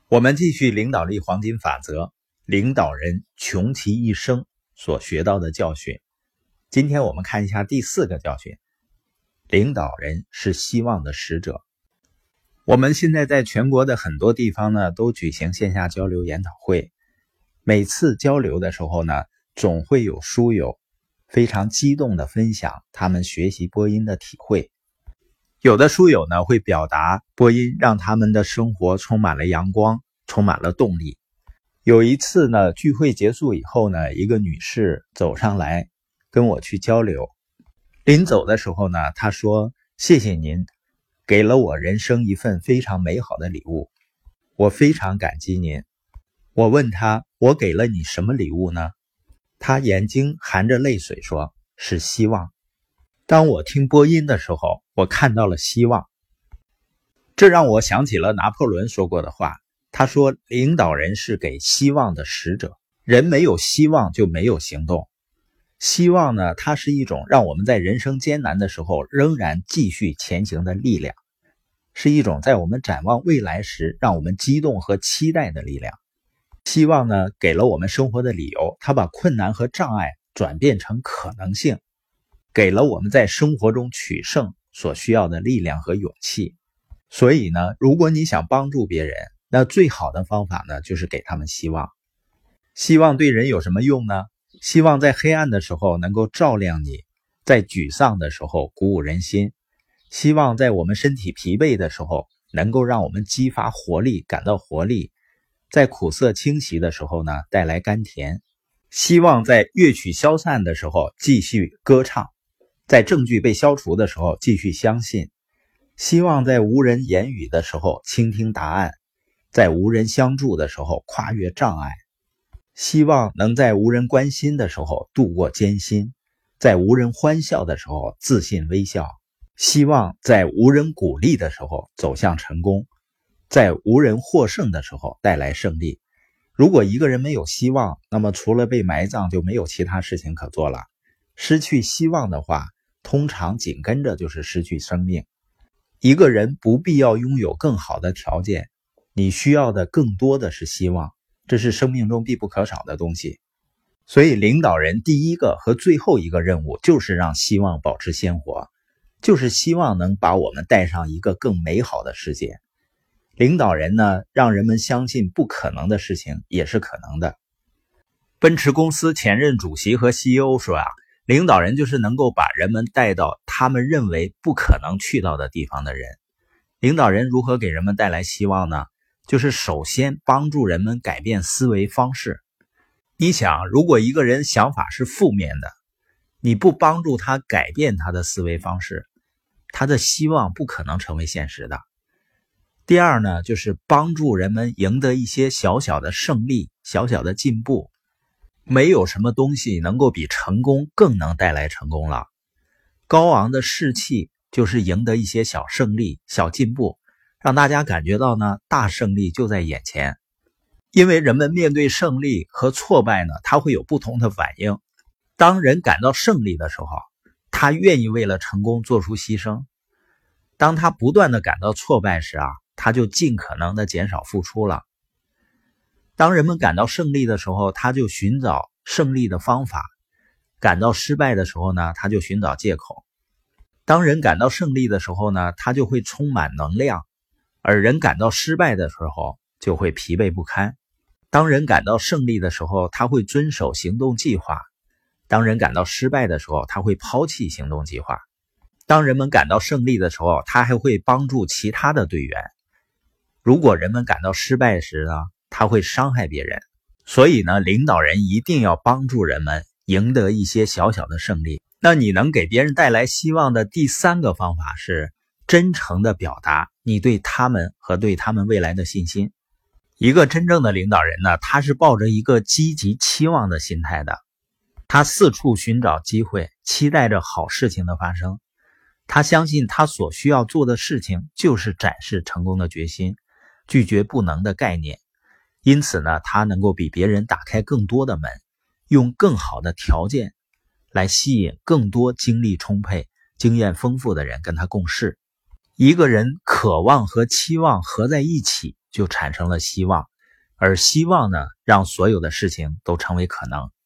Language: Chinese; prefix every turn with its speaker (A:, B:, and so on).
A: 我们继续领导力黄金法则，领导人穷其一生所学到的教训。今天我们看一下第4个教训，领导人是希望的使者。我们现在在全国的很多地方呢，都举行线下交流研讨会。每次交流的时候呢，总会有书友非常激动地分享他们学习播音的体会。有的书友呢会表达播音让他们的生活充满了阳光，充满了动力。有一次呢，聚会结束以后呢，一个女士走上来跟我去交流。临走的时候呢，她说：谢谢您给了我人生一份非常美好的礼物，我非常感激您。我问她，我给了你什么礼物呢？她眼睛含着泪水说，是希望。当我听播音的时候，我看到了希望。这让我想起了拿破仑说过的话，他说领导人是给希望的使者，人没有希望就没有行动。希望呢，它是一种让我们在人生艰难的时候仍然继续前行的力量，是一种在我们展望未来时让我们激动和期待的力量。希望呢，给了我们生活的理由，它把困难和障碍转变成可能性，给了我们在生活中取胜所需要的力量和勇气。所以呢，如果你想帮助别人，那最好的方法呢，就是给他们希望。希望对人有什么用呢？希望在黑暗的时候能够照亮你，在沮丧的时候鼓舞人心，希望在我们身体疲惫的时候能够让我们激发活力，感到活力，在苦涩侵袭的时候呢，带来甘甜，希望在乐曲消散的时候继续歌唱，在证据被消除的时候继续相信，希望在无人言语的时候倾听答案，在无人相助的时候跨越障碍，希望能在无人关心的时候度过艰辛，在无人欢笑的时候自信微笑，希望在无人鼓励的时候走向成功，在无人获胜的时候带来胜利。如果一个人没有希望，那么除了被埋葬就没有其他事情可做了。失去希望的话，通常紧跟着就是失去生命。一个人不必要拥有更好的条件，你需要的更多的是希望，这是生命中必不可少的东西。所以领导人第一个和最后一个任务就是让希望保持鲜活，就是希望能把我们带上一个更美好的世界。领导人呢，让人们相信不可能的事情也是可能的。奔驰公司前任主席和 CEO 说领导人就是能够把人们带到他们认为不可能去到的地方的人。领导人如何给人们带来希望呢？就是首先帮助人们改变思维方式。你想，如果一个人想法是负面的，你不帮助他改变他的思维方式，他的希望不可能成为现实的。第二呢，就是帮助人们赢得一些小小的胜利，小小的进步。没有什么东西能够比成功更能带来成功了。高昂的士气就是赢得一些小胜利、小进步，让大家感觉到呢，大胜利就在眼前。因为人们面对胜利和挫败呢，他会有不同的反应。当人感到胜利的时候，他愿意为了成功做出牺牲。当他不断的感到挫败时他就尽可能的减少付出了。当人们感到胜利的时候，他就寻找胜利的方法；感到失败的时候呢，他就寻找借口。当人感到胜利的时候呢，他就会充满能量；而人感到失败的时候，就会疲惫不堪。当人感到胜利的时候，他会遵守行动计划；当人感到失败的时候，他会抛弃行动计划。当人们感到胜利的时候，他还会帮助其他的队员。如果人们感到失败时呢，他会伤害别人。所以呢，领导人一定要帮助人们赢得一些小小的胜利。那你能给别人带来希望的第3个方法是真诚地表达你对他们和对他们未来的信心。一个真正的领导人呢，他是抱着一个积极期望的心态的。他四处寻找机会，期待着好事情的发生。他相信他所需要做的事情就是展示成功的决心，拒绝不能的概念。因此呢，他能够比别人打开更多的门，用更好的条件来吸引更多精力充沛、经验丰富的人跟他共事。一个人渴望和期望合在一起， 就产生了希望，而希望呢，让所有的事情都成为可能。